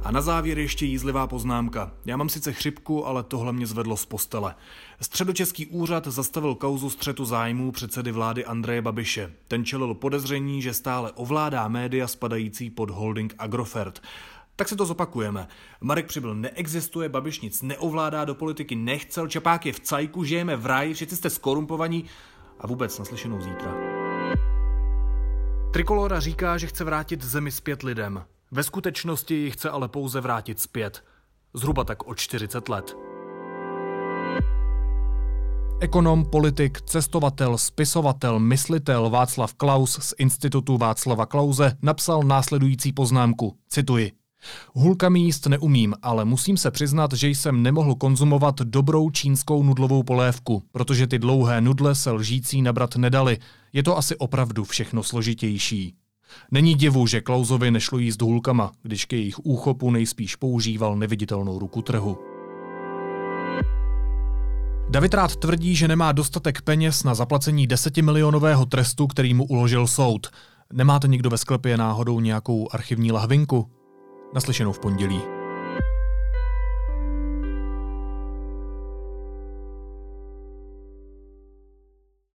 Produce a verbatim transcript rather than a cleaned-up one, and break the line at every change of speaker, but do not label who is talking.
A na závěr ještě jízlivá poznámka. Já mám sice chřipku, ale tohle mě zvedlo z postele. Středočeský úřad zastavil kauzu střetu zájmů předsedy vlády Andreje Babiše. Ten čelil podezření, že stále ovládá média spadající pod holding Agrofert. Tak si to zopakujeme. Marek Přibyl neexistuje, Babiš nic neovládá, do politiky nechcel, Čapák je v cajku, žijeme v ráji, všichni jste skorumpovaní a vůbec naslyšenou zítra. Trikolora říká, že chce vrátit zemi zpět lidem. Ve skutečnosti ji chce ale pouze vrátit zpět. Zhruba tak o čtyřicet let. Ekonom, politik, cestovatel, spisovatel, myslitel Václav Klaus z Institutu Václava Klause napsal následující poznámku. Cituji. Hulkami jíst neumím, ale musím se přiznat, že jsem nemohl konzumovat dobrou čínskou nudlovou polévku, protože ty dlouhé nudle se lžící nabrat nedali. Je to asi opravdu všechno složitější. Není divu, že Klausovi nešlo jíst hulkama, když ke jejich úchopu nejspíš používal neviditelnou ruku trhu. David Rath tvrdí, že nemá dostatek peněz na zaplacení desetimilionového trestu, který mu uložil soud. Nemáte někdo ve sklepě náhodou nějakou archivní lahvinku? Naslyšenou v pondělí.